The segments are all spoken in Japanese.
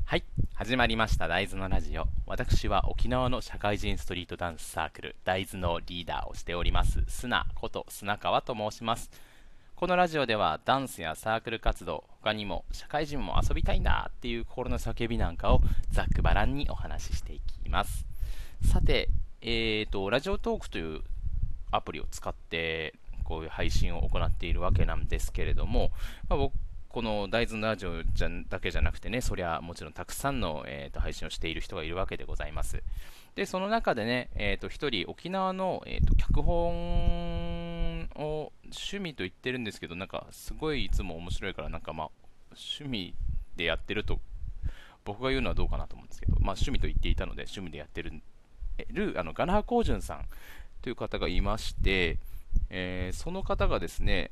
はい、始まりました大豆のラジオ。私は沖縄の社会人ストリートダンスサークル大豆のリーダーをしております砂こと砂川と申します。このラジオではダンスやサークル活動、他にも社会人も遊びたいんだっていう心の叫びなんかをざっくばらんにお話ししていきます。さて、ラジオトークというアプリを使ってこういう配信を行っているわけなんですけれども、僕この大豆のラジオだけじゃなくてね、そりゃもちろんたくさんの、配信をしている人がいるわけでございます。で、その中でね、一人沖縄の、脚本を趣味と言ってるんですけど、なんかすごいいつも面白いから、なんか趣味でやってると僕が言うのはどうかなと思うんですけど、趣味と言っていたので趣味でやってるガナハコウジュンさんという方がいまして、その方がですね、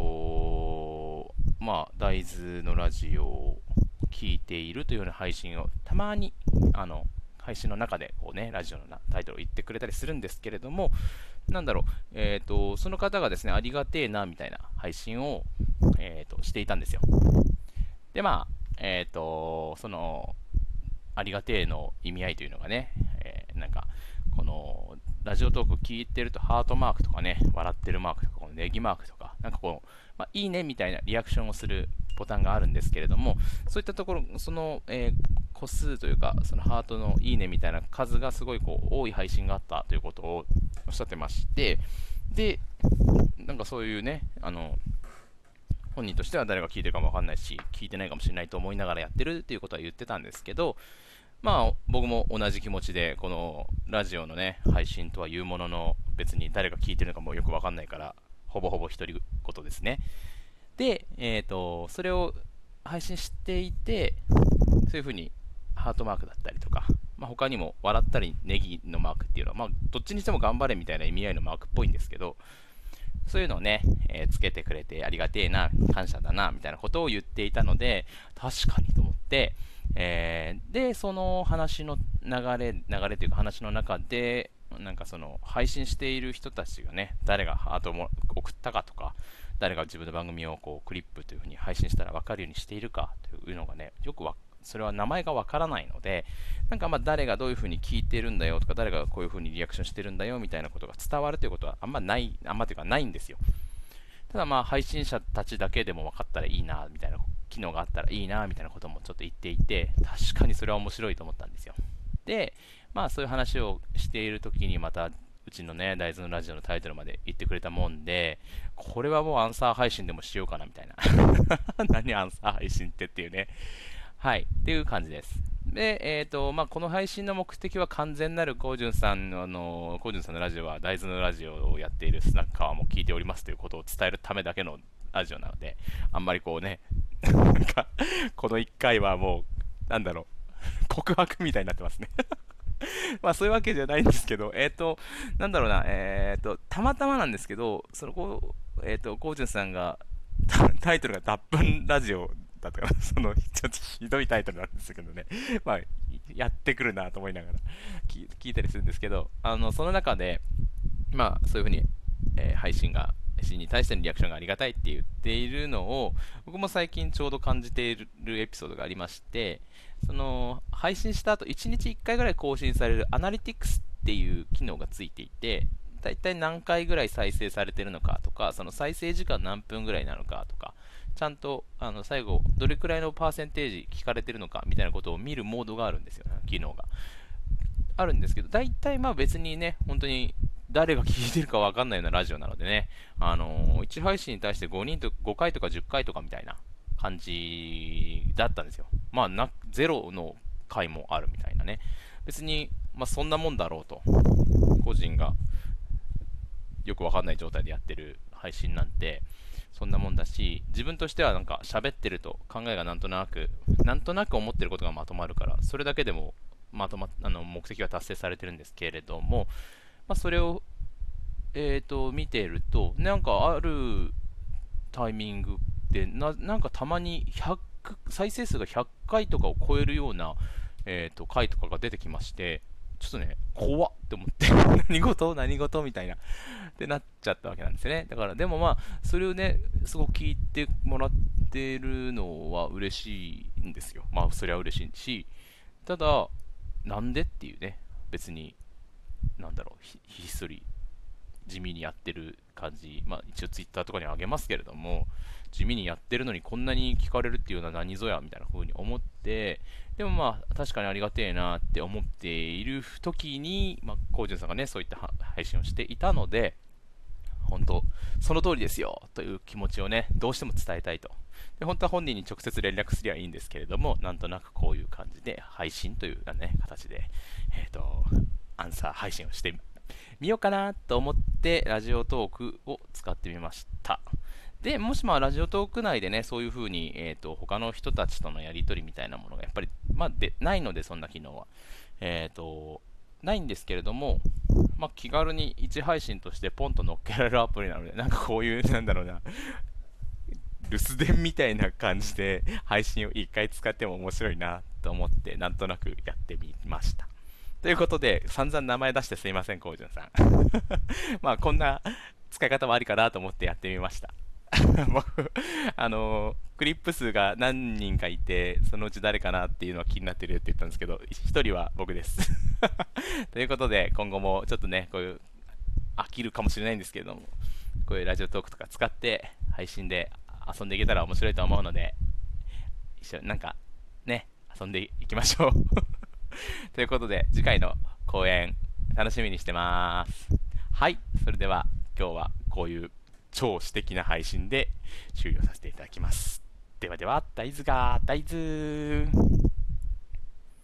大豆のラジオを聞いているというような配信をたまに、配信の中でこうね、ラジオのタイトルを言ってくれたりするんですけれども、なんだろう、その方がですね、ありがてえな、みたいな配信を、していたんですよ。で、その、ありがてえの意味合いというのがね、なんか、この、ラジオトーク聞いてるとハートマークとかね、笑ってるマークとか、このネギマークとか、なんかこう、いいねみたいなリアクションをするボタンがあるんですけれども、そういったところ、その、個数というか、そのハートのいいねみたいな数がすごいこう多い配信があったということをおっしゃってまして、で、なんかそういうね、本人としては誰が聞いてるかもわかんないし、聞いてないかもしれないと思いながらやってるっていうことは言ってたんですけど、僕も同じ気持ちで、このラジオのね、配信とはいうものの、別に誰が聞いてるのかもよくわかんないから、ほぼほぼ独り言ですね。で、それを配信していて、そういう風にハートマークだったりとか、他にも笑ったりネギのマークっていうのは、どっちにしても頑張れみたいな意味合いのマークっぽいんですけど、そういうのをね、つけてくれてありがてえな、感謝だな、みたいなことを言っていたので、確かにと思って、で、その話の流れというか話の中で、なんかその配信している人たちがね、誰がハートを送ったかとか、誰が自分の番組をこうクリップというふうに配信したら分かるようにしているかというのがね、それは名前が分からないので、なんか誰がどういうふうに聞いてるんだよとか、誰がこういうふうにリアクションしてるんだよみたいなことが伝わるということはあんまというかないんですよ。ただ配信者たちだけでも分かったらいいなみたいな機能があったらいいなみたいなこともちょっと言っていて、確かにそれは面白いと思ったんですよ。で、そういう話をしている時にまたうちのね、大豆のラジオのタイトルまで言ってくれたもんで、これはもうアンサー配信でもしようかなみたいな。何アンサー配信っていうね。はい、っていう感じです。で、この配信の目的は完全なるコウジュンさんの、コウジュンさんのラジオは大豆のラジオをやっているスナッカーも聞いておりますということを伝えるためだけのラジオなので、あんまりこうね、なんか、この1回はもう、なんだろう、告白みたいになってますね。そういうわけじゃないんですけど、なんだろうな、たまたまなんですけど、そのコウジュンさんが、タイトルが脱粉ラジオだったかな。ちょっとひどいタイトルなんですけどね。まあ、やってくるなと思いながら聞いたりするんですけど、その中で、そういうふうに、配信に対してのリアクションがありがたいって言っているのを、僕も最近ちょうど感じているエピソードがありまして、その、配信した後、1日1回ぐらい更新されるアナリティクスっていう機能がついていて、だいたい何回ぐらい再生されてるのかとか、その再生時間何分ぐらいなのかとか、ちゃんと最後どれくらいのパーセンテージ聞かれてるのかみたいなことを見るモードがあるんですよね、機能があるんですけど、大体別にね、本当に誰が聞いてるか分かんないようなラジオなのでね、1配信に対して5人と5回とか10回とかみたいな感じだったんですよ。ゼロの回もあるみたいなね。別に、そんなもんだろうと。個人がよく分かんない状態でやってる配信なんて、そんなもんだし、自分としてはなんか喋ってると考えがなんとなく思ってることがまとまるから、それだけでも目的は達成されてるんですけれども、それを、見ていると、なんかあるタイミングでなんかたまに再生数が100回とかを超えるような、回とかが出てきまして、 ちょっとね、怖っって思って何事みたいなってなっちゃったわけなんですよね。だからでもまあそれをねすごく聞いてもらってるのは嬉しいんですよ。まあそれは嬉しいし、ただなんでっていうね、別になんだろう、ひっそり地味にやってる感じ、まあ一応ツイッターとかにあげますけれども、地味にやってるのにこんなに聞かれるっていうのは何ぞやみたいな風に思って、でもまあ確かにありがてえなって思っている時に、まあ、コウジュンさんがね、そういった配信をしていたので、本当、その通りですよという気持ちをね、どうしても伝えたいと。で、本当は本人に直接連絡すりゃいいんですけれども、なんとなくこういう感じで配信というね、形で、アンサー配信をしてみようかなと思って、ラジオトークを使ってみました。で、もしまあラジオトーク内でね、そういう風に、他の人たちとのやり取りみたいなものがやっぱり、まあ、ないので、そんな機能は。ないんですけれども、まあ、気軽に一配信としてポンと乗っけられるアプリなので、なんかこういう、なんだろうな、留守電みたいな感じで配信を一回使っても面白いなと思って、なんとなくやってみました。ということで、散々名前出してすいません、こうじゅんさん。まあ、こんな使い方もありかなと思ってやってみました。僕、クリップ数が何人かいて、そのうち誰かなっていうのは気になってるって言ったんですけど、一人は僕です。ということで、今後もちょっとね、こういう飽きるかもしれないんですけれども、こういうラジオトークとか使って配信で遊んでいけたら面白いと思うので、一緒になんかね、遊んでいきましょう。ということで、次回の公演楽しみにしてます。はい、それでは今日はこういう超私的な配信で終了させていただきます。ではでは、大豆が大豆